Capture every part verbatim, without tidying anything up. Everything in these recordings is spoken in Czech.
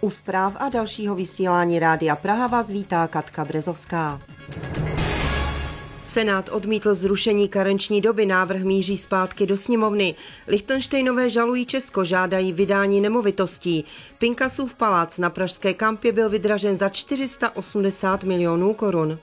U zpráv a dalšího vysílání Rádia Praha vás vítá Katka Brezovská. Senát odmítl zrušení karenční doby, návrh míří zpátky do sněmovny. Lichtenštejnové žalují Česko, žádají vydání nemovitostí. Pinkasův palác na pražské Kampě byl vydražen za čtyři sta osmdesát milionů korun.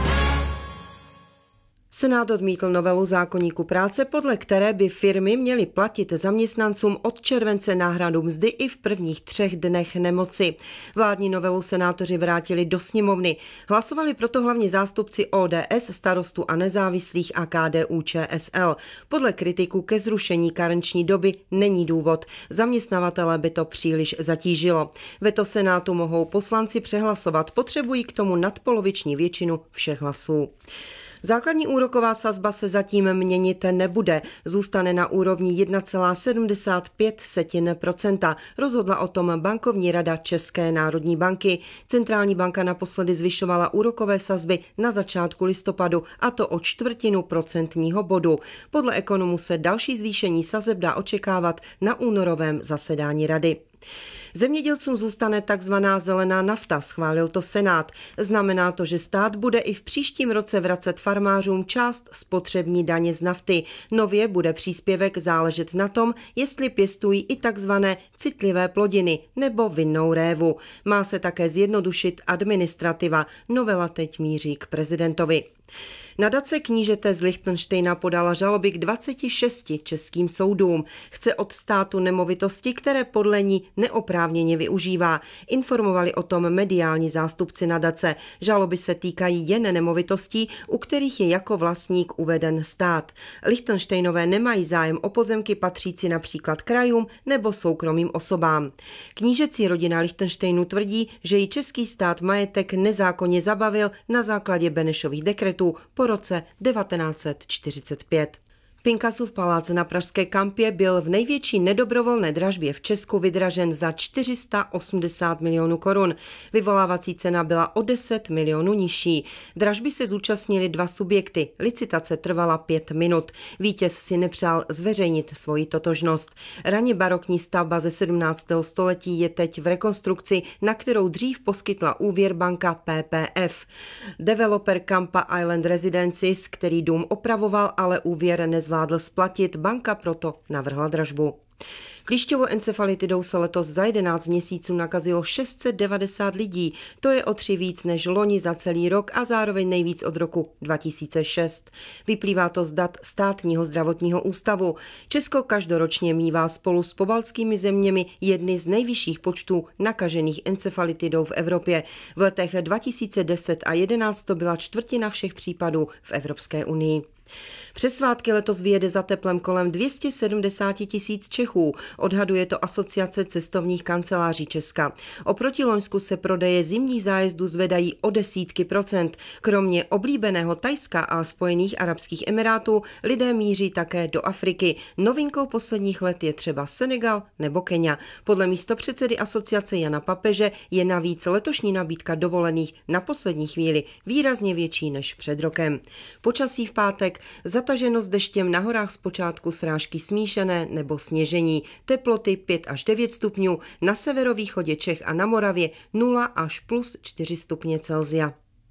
Senát odmítl novelu zákoníku práce, podle které by firmy měly platit zaměstnancům od července náhradu mzdy i v prvních třech dnech nemoci. Vládní novelu senátoři vrátili do sněmovny. Hlasovali proto hlavně zástupci O D S, Starostů a nezávislých a K D U Č S L. Podle kritiků ke zrušení karenční doby není důvod. Zaměstnavatele by to příliš zatížilo. Veto Senátu mohou poslanci přehlasovat, potřebují k tomu nadpoloviční většinu všech hlasů. Základní úroková sazba se zatím měnit nebude. Zůstane na úrovni jedna celá sedmdesát pět procenta. Rozhodla o tom bankovní rada České národní banky. Centrální banka naposledy zvyšovala úrokové sazby na začátku listopadu, a to o čtvrtinu procentního bodu. Podle ekonomů se další zvýšení sazeb dá očekávat na únorovém zasedání rady. Zemědělcům zůstane takzvaná zelená nafta, schválil to Senát. Znamená to, že stát bude i v příštím roce vracet farmářům část spotřební daně z nafty. Nově bude příspěvek záležet na tom, jestli pěstují i takzvané citlivé plodiny nebo vinnou révu. Má se také zjednodušit administrativa. Novela teď míří k prezidentovi. Nadace knížete z Lichtenštejna podala žaloby k dvaceti šesti českým soudům. Chce od státu nemovitosti, které podle ní neoprávněně využívá. Informovali o tom mediální zástupci nadace. Žaloby se týkají jen nemovitostí, u kterých je jako vlastník uveden stát. Lichtenštejnové nemají zájem o pozemky patřící například krajům nebo soukromým osobám. Knížecí rodina Lichtenštejnu tvrdí, že jí český stát majetek nezákonně zabavil na základě Benešových dekretů po roce devatenáct set čtyřicet pět. Pinkasův palác na pražské Kampě byl v největší nedobrovolné dražbě v Česku vydražen za čtyři sta osmdesát milionů korun. Vyvolávací cena byla o deset milionů nižší. Dražby se zúčastnili dva subjekty. Licitace trvala pět minut. Vítěz si nepřál zveřejnit svoji totožnost. Raně barokní stavba ze sedmnáctého století je teď v rekonstrukci, na kterou dřív poskytla úvěr banka P P F. Developer Kampa Island Residences, který dům opravoval, ale úvěr nezvládl zvládl splatit, banka proto navrhla dražbu. Klíšťovou encefalitidou se letos za jedenáct měsíců nakazilo šest set devadesát lidí. To je o tři víc než loni za celý rok a zároveň nejvíc od roku dva tisíce šest. Vyplývá to z dat Státního zdravotního ústavu. Česko každoročně mívá spolu s pobaltskými zeměmi jedny z nejvyšších počtů nakažených encefalitidou v Evropě. V letech dva tisíce deset a jedenáct to byla čtvrtina všech případů v Evropské unii. Přes svátky letos vyjede za teplem kolem dvě stě sedmdesát tisíc Čechů, odhaduje to Asociace cestovních kanceláří Česka. Oproti loňsku se prodeje zimních zájezdů zvedají o desítky procent. Kromě oblíbeného Thajska a Spojených arabských emirátů lidé míří také do Afriky. Novinkou posledních let je třeba Senegal nebo Kenia. Podle místopředsedy asociace Jana Papeže je navíc letošní nabídka dovolených na poslední chvíli výrazně větší než před rokem. Počasí v pátek: zataženost deštěm, na horách zpočátku srážky smíšené nebo sněžení, teploty pět až devět stupňů, na severovýchodě Čech a na Moravě nula až plus čtyři stupně Celsia.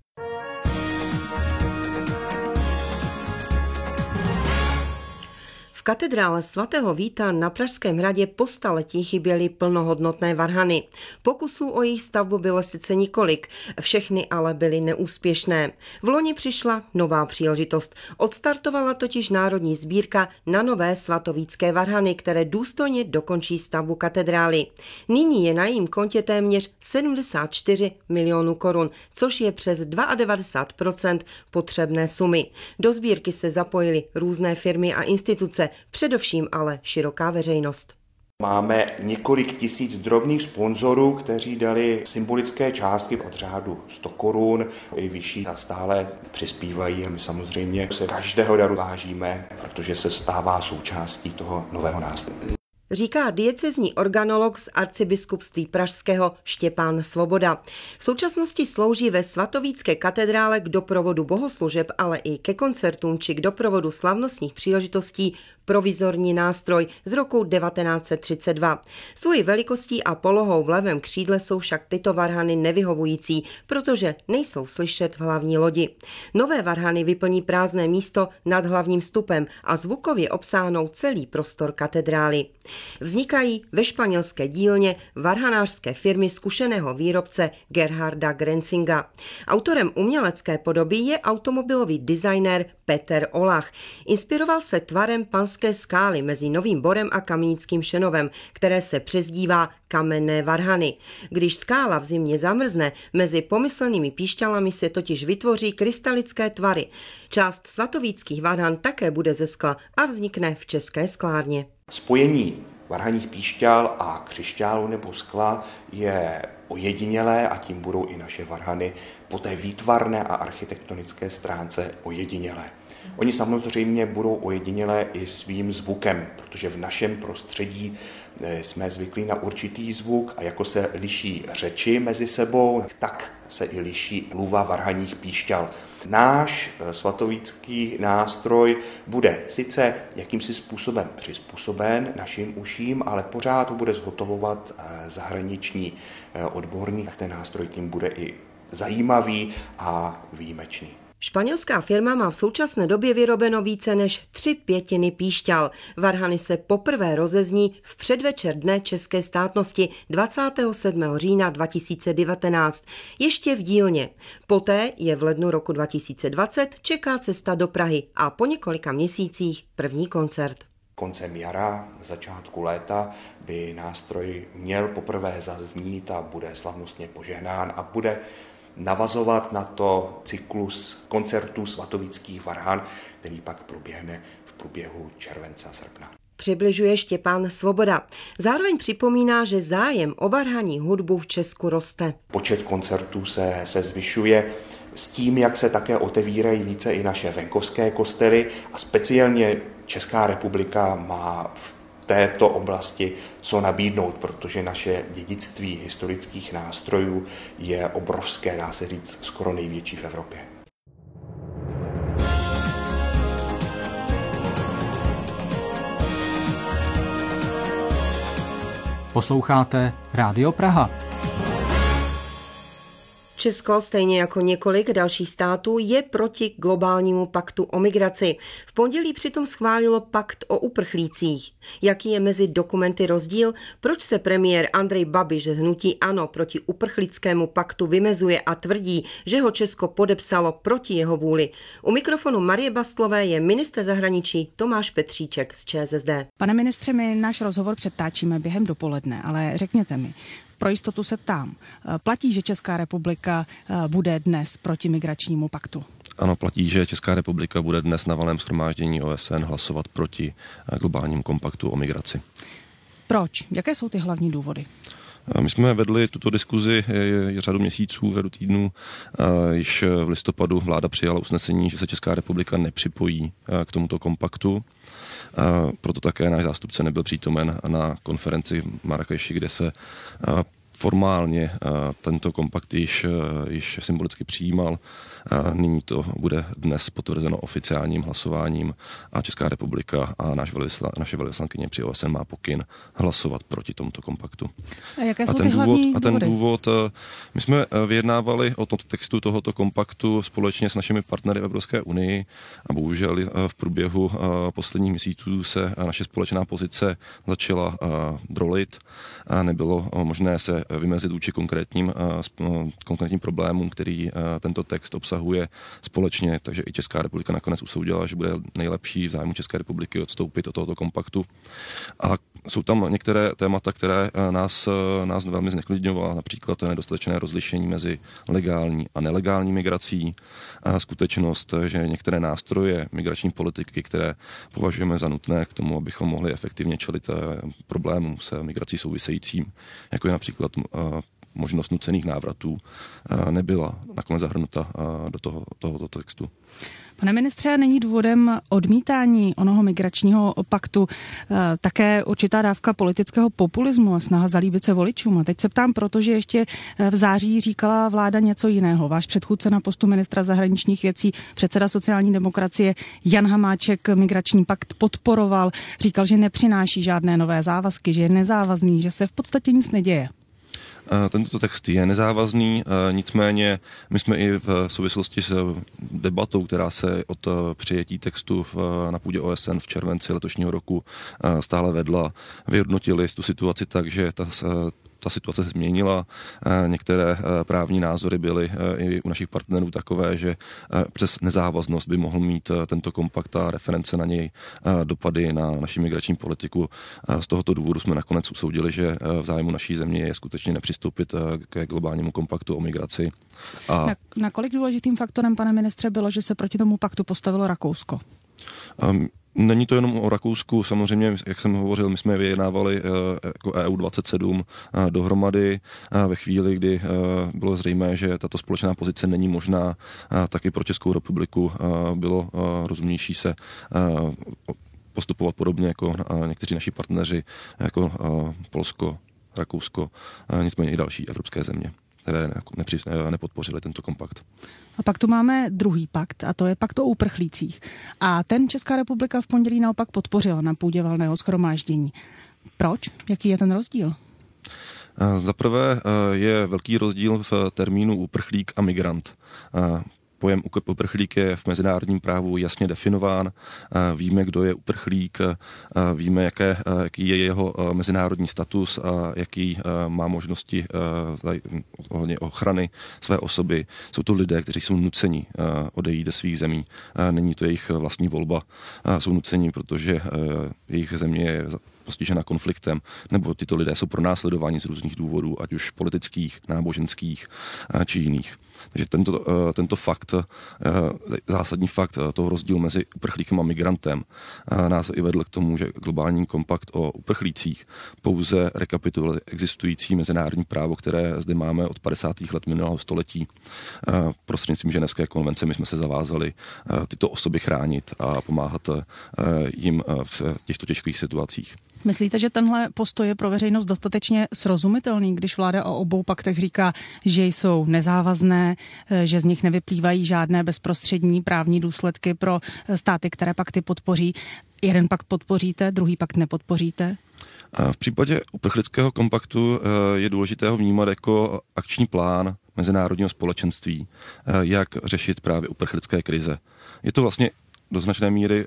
V katedrále svatého Víta na Pražském hradě po staletí chyběly plnohodnotné varhany. Pokusů o jejich stavbu bylo sice několik, všechny ale byly neúspěšné. V loni přišla nová příležitost. Odstartovala totiž Národní sbírka na nové svatovítské varhany, které důstojně dokončí stavbu katedrály. Nyní je na jejím kontě téměř sedmdesát čtyři milionů korun, což je přes devadesát dva procent potřebné sumy. Do sbírky se zapojily různé firmy a instituce, především ale široká veřejnost. Máme několik tisíc drobných sponzorů, kteří dali symbolické částky od řádu sto korun i vyšší a stále přispívají a my samozřejmě se každého daru vážíme, protože se stává součástí toho nového nástroje. říká diecezní organolog z arcibiskupství pražského Štěpán Svoboda. V současnosti slouží ve svatovícké katedrále k doprovodu bohoslužeb, ale i ke koncertům či k doprovodu slavnostních příležitostí provizorní nástroj z roku devatenáct set třicet dva. Svojí velikostí a polohou v levém křídle jsou však tyto varhany nevyhovující, protože nejsou slyšet v hlavní lodi. Nové varhany vyplní prázdné místo nad hlavním vstupem a zvukově obsáhnou celý prostor katedrály. Vznikají ve španělské dílně varhanářské firmy zkušeného výrobce Gerharda Grenzinga. Autorem umělecké podoby je automobilový designér Peter Olach. Inspiroval se tvarem panské skály mezi Novým Borem a Kamenickým Šenovem, které se přezdívá kamenné varhany. Když skála v zimě zamrzne, mezi pomyslenými píšťalami se totiž vytvoří krystalické tvary. Část svatovíckých varhan také bude ze skla a vznikne v české sklárně. Spojení varhaních píšťal a křišťálu nebo skla je ojedinělé a tím budou i naše varhany po té výtvarné a architektonické stránce ojedinělé. Oni samozřejmě budou ojedinělé i svým zvukem, protože v našem prostředí jsme zvyklí na určitý zvuk a jako se liší řeči mezi sebou, tak se i liší mluva varhaních píšťal. Náš svatovícký nástroj bude sice jakýmsi způsobem přizpůsoben našim uším, ale pořád ho bude zhotovovat zahraniční odborník, tak ten nástroj tím bude i zajímavý a výjimečný. Španělská firma má v současné době vyrobeno více než tři pětiny píšťal. Varhany se poprvé rozezní v předvečer Dne české státnosti dvacátého sedmého října dva tisíce devatenáct, ještě v dílně. Poté je v lednu roku dva tisíce dvacet čeká cesta do Prahy a po několika měsících první koncert. Koncem jara, začátku léta by nástroj měl poprvé zaznít a bude slavnostně požehnán a bude navazovat na to cyklus koncertů svatovíckých varhan, který pak proběhne v průběhu července a srpna. Přibližuje Štěpán Svoboda. Zároveň připomíná, že zájem o varhanní hudbu v Česku roste. Počet koncertů se, se zvyšuje s tím, jak se také otevírají více i naše venkovské kostely a speciálně Česká republika má v této oblasti co nabídnout, protože naše dědictví historických nástrojů je obrovské, dá se říct, skoro největší v Evropě. Posloucháte Rádio Praha. Česko, stejně jako několik dalších států, je proti globálnímu paktu o migraci. V pondělí přitom schválilo pakt o uprchlících. Jaký je mezi dokumenty rozdíl? Proč se premiér Andrej Babiš z hnutí ANO proti uprchlickému paktu vymezuje a tvrdí, že ho Česko podepsalo proti jeho vůli? U mikrofonu Marie Bastlové je ministr zahraničí Tomáš Petříček z ČSSD. Pane ministře, my náš rozhovor přetáčíme během dopoledne, ale řekněte mi, pro jistotu se ptám, platí, že Česká republika bude dnes proti migračnímu paktu? Ano, platí, že Česká republika bude dnes na valném shromáždění O S N hlasovat proti globálnímu kompaktu o migraci. Proč? Jaké jsou ty hlavní důvody? My jsme vedli tuto diskuzi řadu měsíců, řadu týdnů. Již v listopadu vláda přijala usnesení, že se Česká republika nepřipojí k tomuto kompaktu. Proto také náš zástupce nebyl přítomen na konferenci v Marrakeši, kde se formálně tento kompakt již, již symbolicky přijímal. Nyní to bude dnes potvrzeno oficiálním hlasováním a Česká republika a náš velvysla, naše velvyslankyně při O S N má pokyn hlasovat proti tomuto kompaktu. A jaké a jsou ten ty důvod, hlavní A ten důvody? důvod, my jsme vyjednávali o tomto textu tohoto kompaktu společně s našimi partnery v Evropské unii a bohužel v průběhu posledních měsíců se naše společná pozice začala drolit a nebylo možné se vymezit vůči konkrétním, konkrétním problémům, který tento text obsahuje společně, takže i Česká republika nakonec usoudila, že bude nejlepší v zájmu České republiky odstoupit od tohoto kompaktu. A jsou tam některé témata, které nás, nás velmi zneklidňovala, například nedostatečné rozlišení mezi legální a nelegální migrací, a skutečnost, že některé nástroje migrační politiky, které považujeme za nutné k tomu, abychom mohli efektivně čelit problémům se migrací souvisejícím, jako je například možnost nucených návratů nebyla nakonec zahrnuta do toho, tohoto textu. Pane ministře, není důvodem odmítání onoho migračního paktu také určitá dávka politického populismu a snaha zalíbit se voličům? A teď se ptám, protože ještě v září říkala vláda něco jiného. Váš předchůdce na postu ministra zahraničních věcí, předseda sociální demokracie Jan Hamáček migrační pakt podporoval, říkal, že nepřináší žádné nové závazky, že je nezávazný, že se v podstatě nic neděje. Tento text je nezávazný, nicméně my jsme i v souvislosti s debatou, která se od přijetí textu na půdě O S N v červenci letošního roku stále vedla, vyhodnotili tu situaci tak, že ta Ta situace se změnila. Některé právní názory byly i u našich partnerů takové, že přes nezávaznost by mohl mít tento kompakt a reference na něj dopady na naši migrační politiku. Z tohoto důvodu jsme nakonec usoudili, že v zájmu naší země je skutečně nepřistoupit ke globálnímu kompaktu o migraci. A na, nakolik důležitým faktorem, pane ministře, bylo, že se proti tomu paktu postavilo Rakousko? Um, Není to jenom o Rakousku, samozřejmě, jak jsem hovořil, my jsme vyjednávali jako E U dvacet sedm dohromady ve chvíli, kdy bylo zřejmé, že tato společná pozice není možná, taky pro Českou republiku bylo rozumnější se postupovat podobně jako někteří naši partneři, jako Polsko, Rakousko, nicméně i další evropské země, které nepodpořily tento kompakt. A pak tu máme druhý pakt, a to je pakt o uprchlících. A ten Česká republika v pondělí naopak podpořila na půdě valného shromáždění. Proč? Jaký je ten rozdíl? Za prvé je velký rozdíl v termínu uprchlík a migrant. Pojem uprchlík je v mezinárodním právu jasně definován, víme, kdo je uprchlík, víme, jaké, jaký je jeho mezinárodní status a jaký má možnosti ohledně ochrany své osoby. Jsou to lidé, kteří jsou nuceni odejít do svých zemí. Není to jejich vlastní volba. Jsou nuceni, protože jejich země je postižena konfliktem, nebo tyto lidé jsou pronásledováni z různých důvodů, ať už politických, náboženských či jiných. Takže tento, tento fakt, zásadní fakt toho rozdílu mezi uprchlíkem a migrantem nás i vedl k tomu, že globální kompakt o uprchlících pouze rekapituluje existující mezinárodní právo, které zde máme od padesátých let minulého století. Prostřednictvím Ženevské konvence my jsme se zavázali tyto osoby chránit a pomáhat jim v těchto těžkých situacích. Myslíte, že tenhle postoj je pro veřejnost dostatečně srozumitelný, když vláda o obou paktech říká, že jsou nezávazné, že z nich nevyplývají žádné bezprostřední právní důsledky pro státy, které pakty podpoří? Jeden pakt podpoříte, druhý pakt nepodpoříte? V případě uprchlického kompaktu je důležité ho vnímat jako akční plán mezinárodního společenství, jak řešit právě uprchlické krize. Je to vlastně do značné míry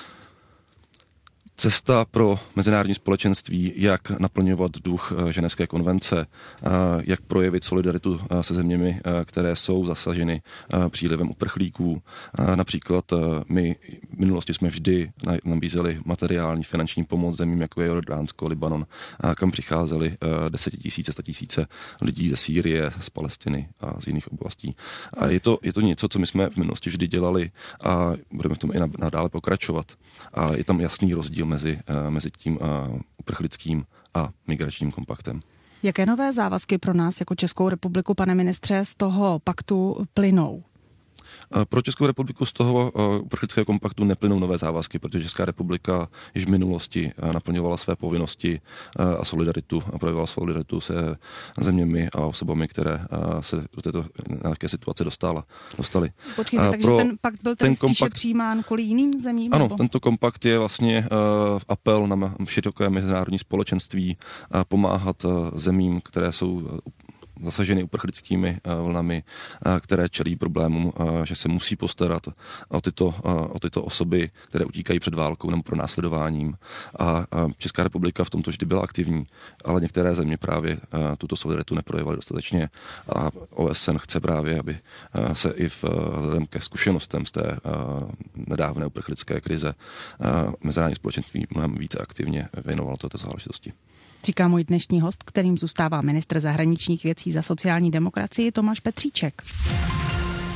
cesta pro mezinárodní společenství, jak naplňovat duch Ženevské konvence, jak projevit solidaritu se zeměmi, které jsou zasaženy přílivem uprchlíků. Například my v minulosti jsme vždy nabízeli materiální finanční pomoc zemím, jako je Jordánsko, Libanon, kam přicházeli desetitisíce, statisíce lidí ze Sýrie, z Palestiny a z jiných oblastí. A je to, je to něco, co my jsme v minulosti vždy dělali a budeme v tom i nadále pokračovat. A je tam jasný rozdíl mezi, mezi tím uprchlickým a migračním kompaktem. Jaké nové závazky pro nás jako Českou republiku, pane ministře, z toho paktu plynou? Pro Českou republiku z toho uprchlického kompaktu neplynou nové závazky, protože Česká republika již v minulosti naplňovala své povinnosti a solidaritu a projevovala solidaritu se zeměmi a osobami, které se do této nějaké situace dostala, dostali. Počkejte, takže ten pakt byl ten spíše kompakt přijímán kvůli jiným zemím? Ano, nebo? Tento kompakt je vlastně uh, apel na široké mezinárodní společenství uh, pomáhat uh, zemím, které jsou uh, zasaženy uprchlickými vlnami, které čelí problémům, že se musí postarat o tyto, o tyto osoby, které utíkají před válkou nebo pronásledováním. A Česká republika v tomto vždy byla aktivní, ale některé země právě tuto solidaritu neprojevovaly dostatečně a O S N chce právě, aby se i vzhledem ke zkušenostem z té nedávné uprchlické krize mezinárodní společenství mnohem více aktivně věnovalo této záležitosti. Říká můj dnešní host, kterým zůstává ministr zahraničních věcí za sociální demokracii Tomáš Petříček.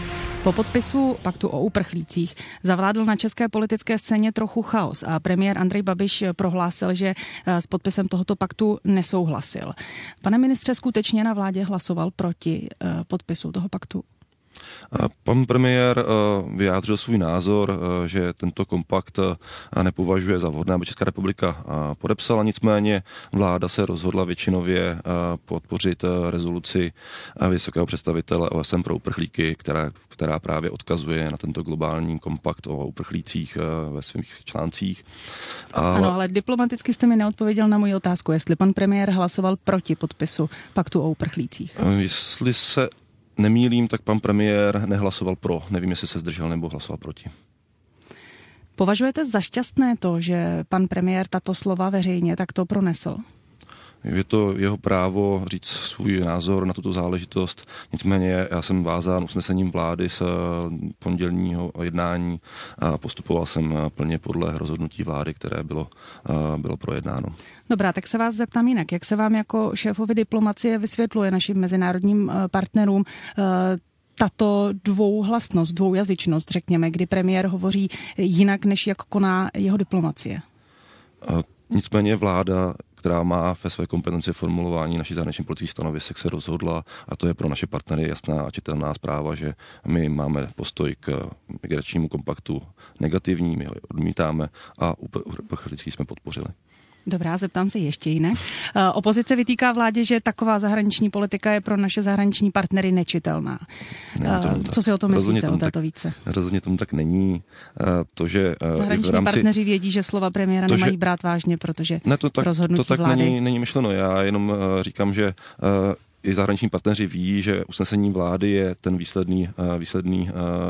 Po podpisu paktu o uprchlících zavládl na české politické scéně trochu chaos a premiér Andrej Babiš prohlásil, že s podpisem tohoto paktu nesouhlasil. Pane ministře, skutečně na vládě hlasoval proti podpisu toho paktu? Pan premiér vyjádřil svůj názor, že tento kompakt nepovažuje za vhodné, aby Česká republika podepsala, nicméně vláda se rozhodla většinově podpořit rezoluci vysokého představitele O S N pro uprchlíky, která, která právě odkazuje na tento globální kompakt o uprchlících ve svých článcích. Ale... Ano, ale diplomaticky jste mi neodpověděl na moji otázku, jestli pan premiér hlasoval proti podpisu paktu o uprchlících. Jestli se nemýlím, tak pan premiér nehlasoval pro. Nevím, jestli se zdržel nebo hlasoval proti. Považujete za šťastné to, že pan premiér tato slova veřejně takto pronesl? Je to jeho právo říct svůj názor na tuto záležitost. Nicméně já jsem vázán usnesením vlády z pondělního jednání a postupoval jsem plně podle rozhodnutí vlády, které bylo, bylo projednáno. Dobrá, tak se vás zeptám jinak. Jak se vám jako šéfovi diplomacie vysvětluje našim mezinárodním partnerům tato dvouhlasnost, dvoujazyčnost, řekněme, kdy premiér hovoří jinak, než jak koná jeho diplomacie? Nicméně vláda, která má ve své kompetenci formulování naší zahraniční politických stanovisek, se rozhodla, a to je pro naše partnery jasná a čitelná zpráva, že my máme postoj k migračnímu kompaktu negativní, my ho odmítáme a uprchlický jsme podpořili. Dobrá, zeptám se ještě jinak. Opozice vytýká vládě, že taková zahraniční politika je pro naše zahraniční partnery nečitelná. Ne, Co si o tom myslíte, o této více? Rozhodně tomu tak není. To, že zahraniční rámci, partneři vědí, že slova premiéra to, nemají že, brát vážně, protože ne, to tak, rozhodnutí to tak vlády... není, není myšleno. Já jenom říkám, že i zahraniční partneři ví, že usnesení vlády je ten výsledný, výsledný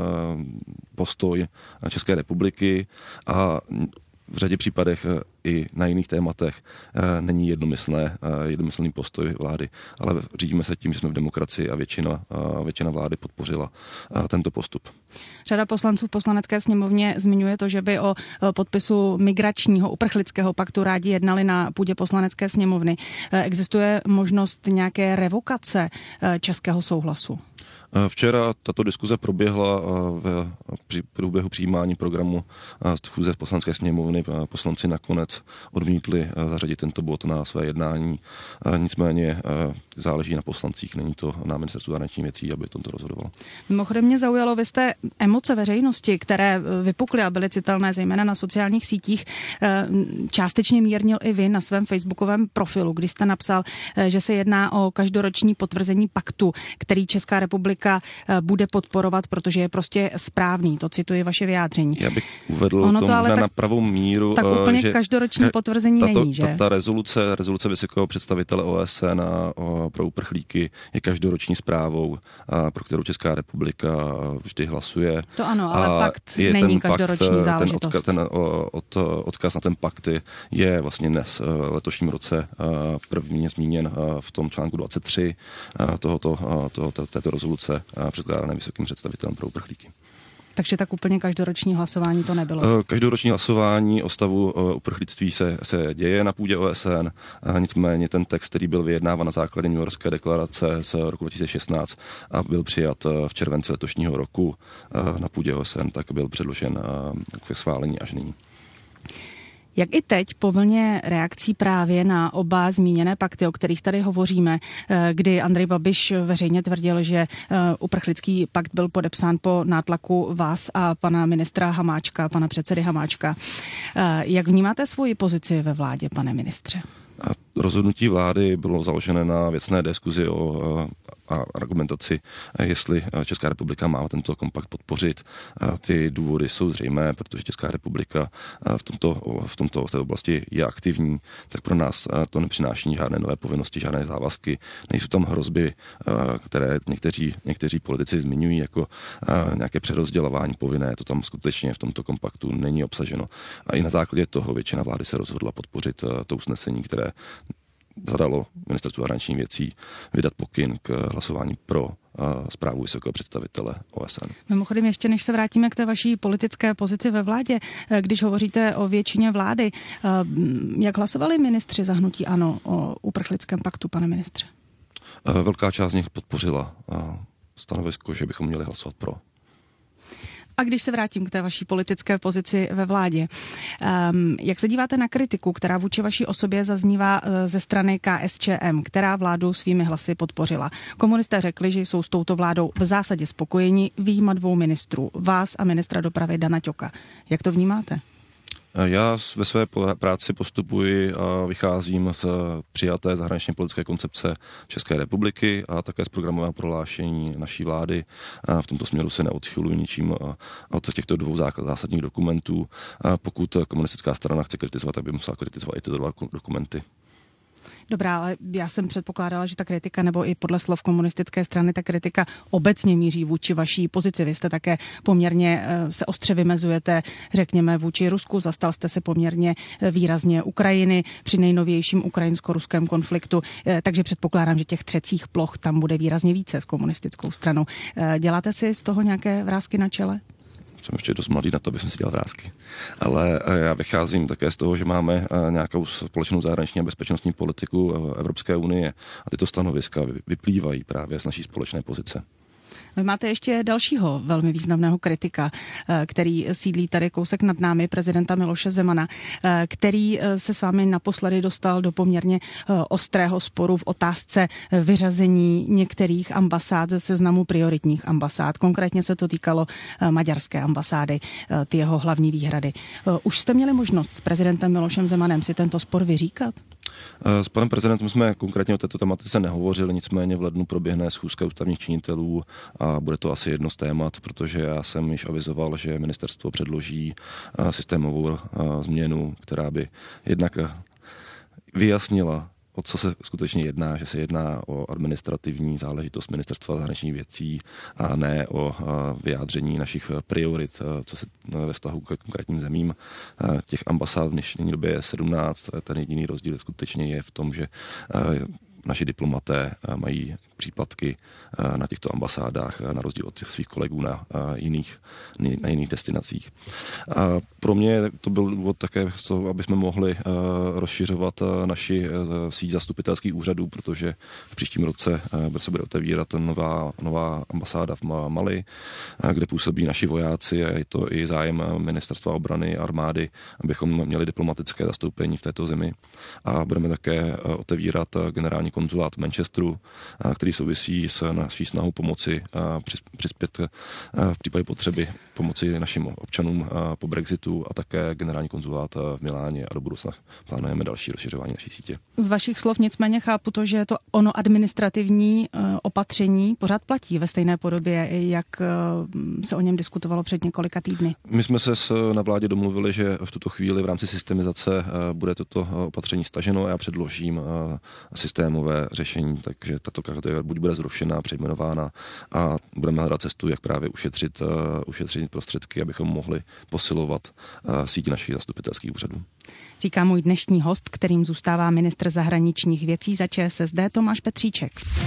postoj České republiky a v řadě případech i na jiných tématech není jednomyslné, jednomyslný postoj vlády, ale řídíme se tím, že jsme v demokracii a většina, většina vlády podpořila tento postup. Řada poslanců v Poslanecké sněmovně zmiňuje to, že by o podpisu migračního uprchlického paktu rádi jednali na půdě Poslanecké sněmovny. Existuje možnost nějaké revokace českého souhlasu? Včera tato diskuze proběhla v průběhu přijímání programu schůze Poslanecké sněmovny. Poslanci nakonec odmítli zařadit tento bod na své jednání. Nicméně záleží na poslancích, není to na ministerstvu zahraničních věcí, aby tomto rozhodovalo. Mimochodem mě zaujalo, vy jste emoce veřejnosti, které vypukly a byly citelné zejména na sociálních sítích, částečně mírnil i vy na svém facebookovém profilu, kdy jste napsal, že se jedná o každoroční potvrzení paktu, který Česká republika bude podporovat, protože je prostě správný. To cituji vaše vyjádření. Já bych uvedl ono to, to ale tak, na pravou míru. Tak úplně že každoroční potvrzení tato, není, že? Ta, ta rezoluce, rezoluce vysokého představitele O S N a, o, pro uprchlíky je každoroční zprávou, a, pro kterou Česká republika vždy hlasuje. To ano, ale pakt není každoroční pakt, záležitost. Ten, odkaz, ten od, odkaz na ten pakt je vlastně dnes letošním roce prvně zmíněn v tom článku dvacet tři tohoto, tohoto, této rezoluce předkládané vysokým představitelem pro uprchlíky. Takže tak úplně každoroční hlasování to nebylo? Každoroční hlasování o stavu uprchlictví se, se děje na půdě O S N, nicméně ten text, který byl vyjednáván na základě New Yorkské deklarace z roku dva tisíce šestnáct a byl přijat v červenci letošního roku na půdě O S N, tak byl předložen k schválení až nyní. Jak i teď po vlně reakcí právě na oba zmíněné pakty, o kterých tady hovoříme, kdy Andrej Babiš veřejně tvrdil, že uprchlický pakt byl podepsán po nátlaku vás a pana ministra Hamáčka, pana předsedy Hamáčka. Jak vnímáte svoji pozici ve vládě, pane ministře? Rozhodnutí vlády bylo založené na věcné diskuzi o a argumentaci, jestli Česká republika má tento kompakt podpořit. Ty důvody jsou zřejmé, protože Česká republika v tomto, v tomto v té oblasti je aktivní, tak pro nás to nepřináší žádné nové povinnosti, žádné závazky. Nejsou tam hrozby, které někteří, někteří politici zmiňují jako nějaké přerozdělování povinné. To tam skutečně v tomto kompaktu není obsaženo. A i na základě toho většina vlády se rozhodla podpořit to usnesení, které zadalo ministerstvu zahraničních věcí vydat pokyn k hlasování pro zprávu vysokého představitele O S N. Mimochodem, ještě než se vrátíme k té vaší politické pozici ve vládě, když hovoříte o většině vlády, jak hlasovali ministři za hnutí ANO o uprchlickém paktu, pane ministře? Velká část z nich podpořila stanovisko, že bychom měli hlasovat pro. A když se vrátím k té vaší politické pozici ve vládě, um, jak se díváte na kritiku, která vůči vaší osobě zaznívá uh, ze strany K S Č M, která vládu svými hlasy podpořila? Komunisté řekli, že jsou s touto vládou v zásadě spokojeni, vyjma dvou ministrů, vás a ministra dopravy Dana Ťoka. Jak to vnímáte? Já ve své práci postupuji a vycházím z přijaté zahraničně politické koncepce České republiky a také z programového prohlášení naší vlády. V tomto směru se neodchyluji ničím od těchto dvou zásadních dokumentů. Pokud komunistická strana chce kritizovat, tak by musela kritizovat i tyto dva dokumenty. Dobrá, ale já jsem předpokládala, že ta kritika, nebo i podle slov komunistické strany, ta kritika obecně míří vůči vaší pozici. Vy jste také poměrně se ostře vymezujete, řekněme, vůči Rusku, zastal jste se poměrně výrazně Ukrajiny při nejnovějším ukrajinsko-ruském konfliktu, takže předpokládám, že těch třecích ploch tam bude výrazně více s komunistickou stranou. Děláte si z toho nějaké vrásky na čele? Jsem ještě dost mladý na to, abych si dělal vrásky. Ale já vycházím také z toho, že máme nějakou společnou zahraniční a bezpečnostní politiku Evropské unie a tyto stanoviska vyplývají právě z naší společné pozice. Vy máte ještě dalšího velmi významného kritika, který sídlí tady kousek nad námi, prezidenta Miloše Zemana, který se s vámi naposledy dostal do poměrně ostrého sporu v otázce vyřazení některých ambasád ze seznamu prioritních ambasád. Konkrétně se to týkalo maďarské ambasády, ty jeho hlavní výhrady. Už jste měli možnost s prezidentem Milošem Zemanem si tento spor vyříkat? S panem prezidentem jsme konkrétně o této tematice nehovořili, nicméně v lednu proběhne schůzka ústavních činitelů a bude to asi jedno z témat, protože já jsem již avizoval, že ministerstvo předloží systémovou změnu, která by jednak vyjasnila, o co se skutečně jedná, že se jedná o administrativní záležitost ministerstva zahraničních věcí a ne o vyjádření našich priorit, co se ve vztahu k konkrétním zemím. Těch ambasád v dnešní době je sedmnáct, ten jediný rozdíl skutečně je v tom, že naši diplomaté mají příplatky na těchto ambasádách na rozdíl od svých kolegů na jiných, na jiných destinacích. Pro mě to byl důvod také z toho, aby jsme mohli rozšiřovat naši síť zastupitelských úřadů, protože v příštím roce se bude otevírat nová, nová ambasáda v Mali, kde působí naši vojáci a je to i zájem ministerstva obrany a armády, abychom měli diplomatické zastoupení v této zemi. A budeme také otevírat generální konzulát v Manchesteru, který souvisí s naší snahou pomoci přispět v případě potřeby pomoci našim občanům po Brexitu a také generální konzulát v Miláně a do budoucna plánujeme další rozšiřování naší sítě. Z vašich slov nicméně chápu to, že to ono administrativní opatření pořád platí ve stejné podobě, jak se o něm diskutovalo před několika týdny. My jsme se na vládě domluvili, že v tuto chvíli v rámci systemizace bude toto opatření staženo a já předložím systémové řešení, takže tato kategorie buď bude zrušena, přejmenována a budeme hledat cestu, jak právě ušetřit, uh, ušetřit prostředky, abychom mohli posilovat uh, síť našich zastupitelských úřadů. Říká můj dnešní host, kterým zůstává ministr zahraničních věcí za Č S S D Tomáš Petříček.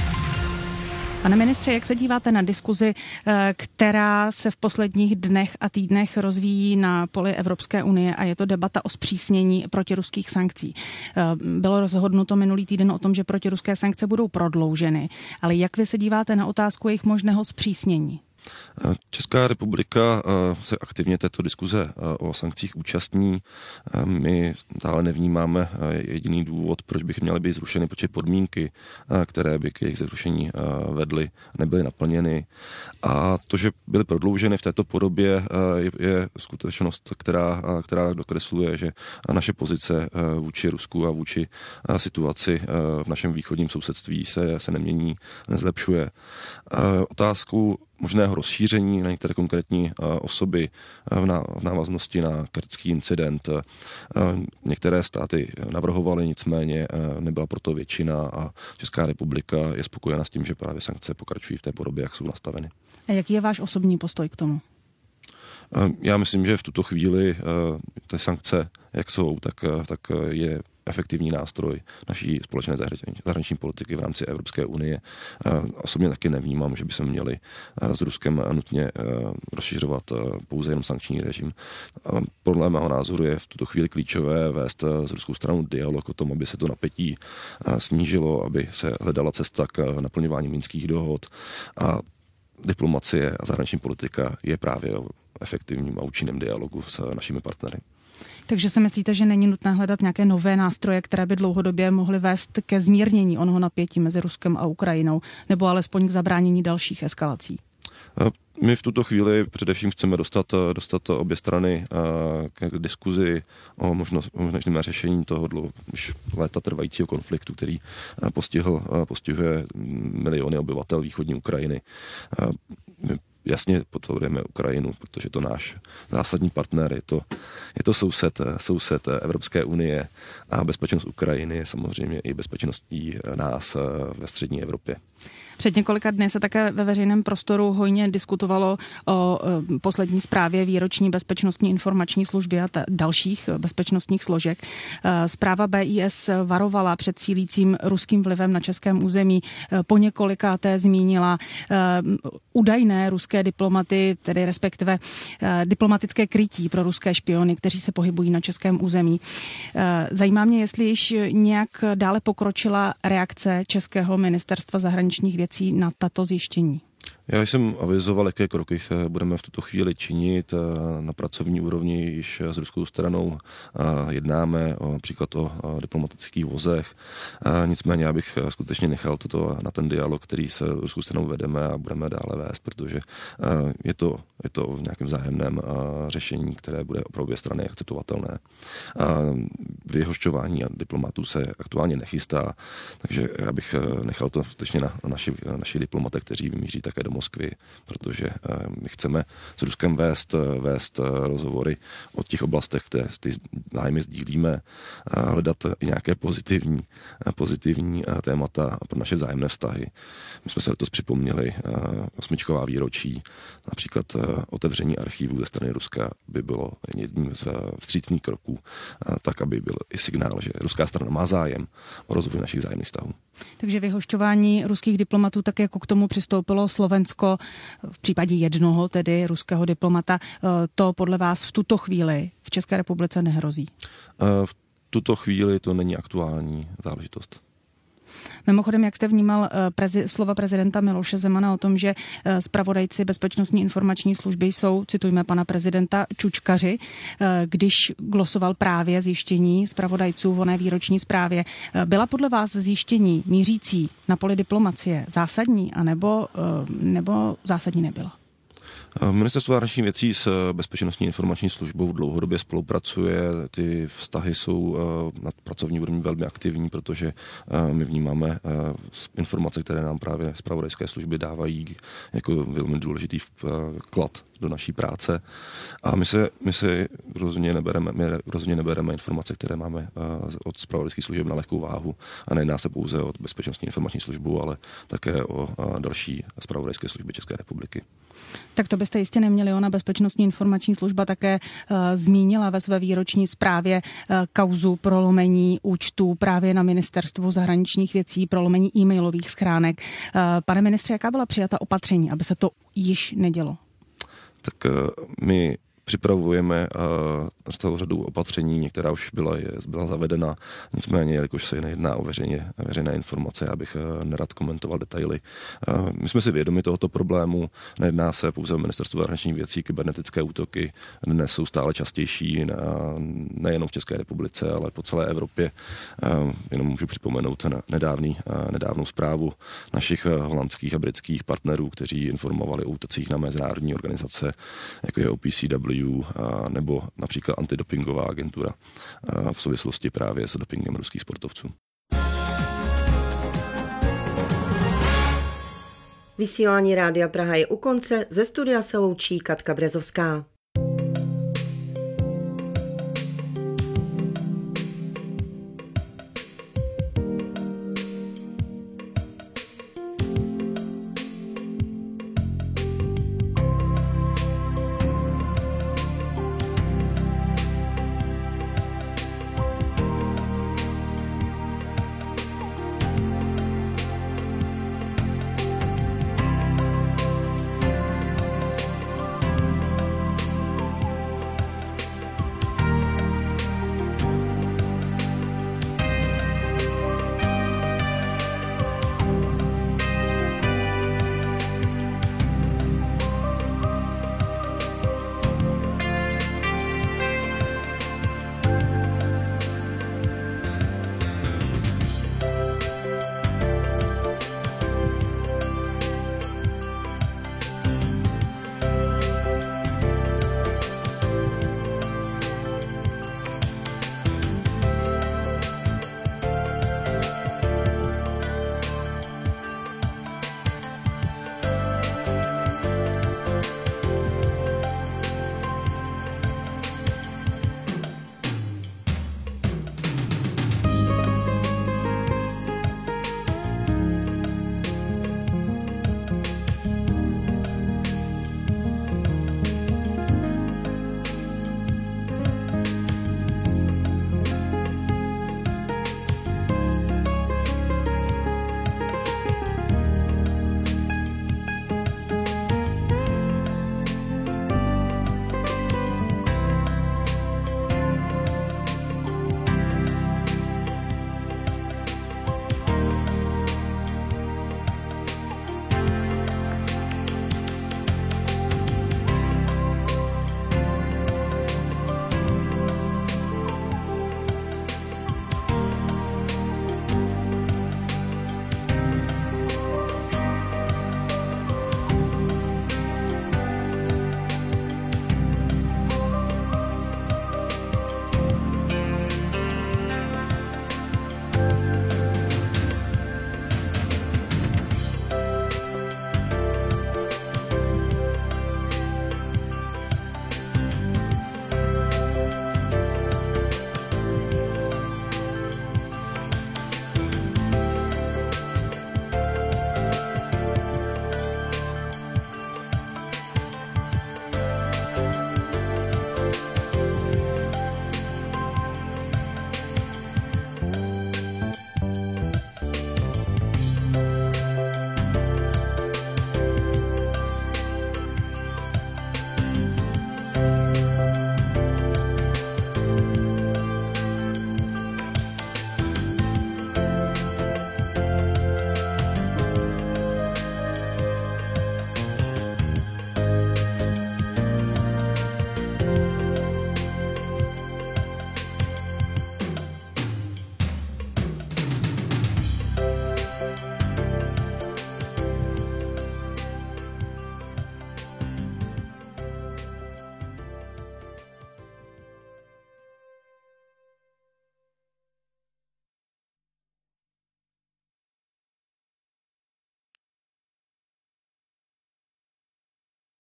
Pane ministře, jak se díváte na diskuzi, která se v posledních dnech a týdnech rozvíjí na poli Evropské unie a je to debata o zpřísnění protiruských sankcí? Bylo rozhodnuto minulý týden o tom, že protiruské sankce budou prodlouženy, ale jak vy se díváte na otázku jejich možného zpřísnění? Česká republika se aktivně této diskuze o sankcích účastní. My dále nevnímáme jediný důvod, proč by měly být zrušeny, protože podmínky, které by k jejich zrušení vedly, nebyly naplněny. A to, že byly prodlouženy v této podobě, je skutečnost, která, která dokresluje, že naše pozice vůči Rusku a vůči situaci v našem východním sousedství se, se nemění, nezlepšuje. Otázku možného rozšíření na některé konkrétní osoby v návaznosti na kurdský incident. Některé státy navrhovaly, nicméně nebyla proto většina a Česká republika je spokojena s tím, že právě sankce pokračují v té podobě, jak jsou nastaveny. A jaký je váš osobní postoj k tomu? Já myslím, že v tuto chvíli ty sankce, jak jsou, tak, tak je efektivní nástroj naší společné zahraniční politiky v rámci Evropské unie. Osobně taky nevnímám, že bychom měli s Ruskem nutně rozšiřovat pouze jenom sankční režim. Podle mého názoru je v tuto chvíli klíčové vést s ruskou stranou dialog o tom, aby se to napětí snížilo, aby se hledala cesta k naplňování minských dohod a diplomacie a zahraniční politika je právě o efektivním a účinném dialogu s našimi partnery. Takže si myslíte, že není nutné hledat nějaké nové nástroje, které by dlouhodobě mohly vést ke zmírnění onoho napětí mezi Ruskem a Ukrajinou, nebo alespoň k zabránění dalších eskalací? My v tuto chvíli především chceme dostat, dostat obě strany k diskuzi o možnost, možném řešení toho dlouho, už léta trvajícího konfliktu, který postihl, postihuje miliony obyvatel východní Ukrajiny. My jasně podporujeme Ukrajinu, protože je to náš zásadní partner, je to, je to soused, soused Evropské unie a bezpečnost Ukrajiny je samozřejmě i bezpečností nás ve střední Evropě. Před několika dny se také ve veřejném prostoru hojně diskutovalo o poslední zprávě výroční bezpečnostní informační služby a dalších bezpečnostních složek. Zpráva B I S varovala před sílícím ruským vlivem na českém území. Po několikáté zmínila údajné ruské diplomaty, tedy respektive diplomatické krytí pro ruské špiony, kteří se pohybují na českém území. Zajímá mě, jestli již nějak dále pokročila reakce českého ministerstva zahraničních věcí na tato zjištění. Já jsem avizoval, jaké kroky budeme v tuto chvíli činit. Na pracovní úrovni již s ruskou stranou jednáme o, například o diplomatických vozech. Nicméně já bych skutečně nechal toto na ten dialog, který se ruskou stranou vedeme a budeme dále vést, protože je to, je to v nějakém vzájemném řešení, které bude pro obě strany akceptovatelné. Vyhošťování diplomatů se aktuálně nechystá, takže já bych nechal to skutečně na našich, našich diplomatech, kteří míří také do Moskvy, protože my chceme s Ruskem vést, vést rozhovory o těch oblastech, kde ty zájmy sdílíme, hledat i nějaké pozitivní, pozitivní témata pro naše vzájemné vztahy. My jsme se letos připomněli osmičková výročí, například otevření archívů ze strany Ruska by bylo jedním z vstřícných kroků, tak, aby byl i signál, že ruská strana má zájem o rozvoj našich vzájemných vztahů. Takže vyhošťování ruských diplomatů tak jako k tomu přistoupilo Slovensko v případě jednoho, tedy ruského diplomata, to podle vás v tuto chvíli v České republice nehrozí? V tuto chvíli to není aktuální záležitost. Mimochodem, jak jste vnímal prezi, slova prezidenta Miloše Zemana o tom, že zpravodajci Bezpečnostní informační služby jsou, citujme pana prezidenta, čučkaři, když glosoval právě zjištění zpravodajců v oné výroční zprávě. Byla podle vás zjištění mířící na poli diplomacie zásadní, anebo, nebo zásadní nebyla? Ministerstvo zahraničních věcí s Bezpečnostní informační službou dlouhodobě spolupracuje. Ty vztahy jsou na pracovní úrovni velmi aktivní, protože my vnímáme informace, které nám právě zpravodajské služby dávají jako velmi důležitý vklad do naší práce. A my se, my se rozhodně nebereme, my rozhodně nebereme informace, které máme od zpravodajských služeb na lehkou váhu. A nejedná se pouze o Bezpečnostní informační službu, ale také o další zpravodajské služby České republiky. Tak to byste jistě neměli. Ona Bezpečnostní informační služba také uh, zmínila ve své výroční zprávě uh, kauzu prolomení účtů právě na Ministerstvu zahraničních věcí, prolomení e-mailových schránek. Uh, pane ministře, jaká byla přijata opatření, aby se to již nedělo? Tak uh, my připravujeme uh, celou řadu opatření, některá už byla, je, byla zavedena, nicméně, jelikož se nejedná o veřejně, veřejné informace, já bych uh, nerad komentoval detaily. Uh, my jsme si vědomi tohoto problému, nejedná se pouze o Ministerstvo zahraničních věcí, kybernetické útoky dnes jsou stále častější, na, nejenom v České republice, ale po celé Evropě. Uh, jenom můžu připomenout na nedávný, uh, nedávnou zprávu našich uh, holandských a britských partnerů, kteří informovali o útocích na mezinárodní organizace, jako je O P C W, nebo například antidopingová agentura v souvislosti právě s dopingem ruských sportovců. Vysílání Rádia Praha je u konce, ze studia se loučí Katka Brezovská.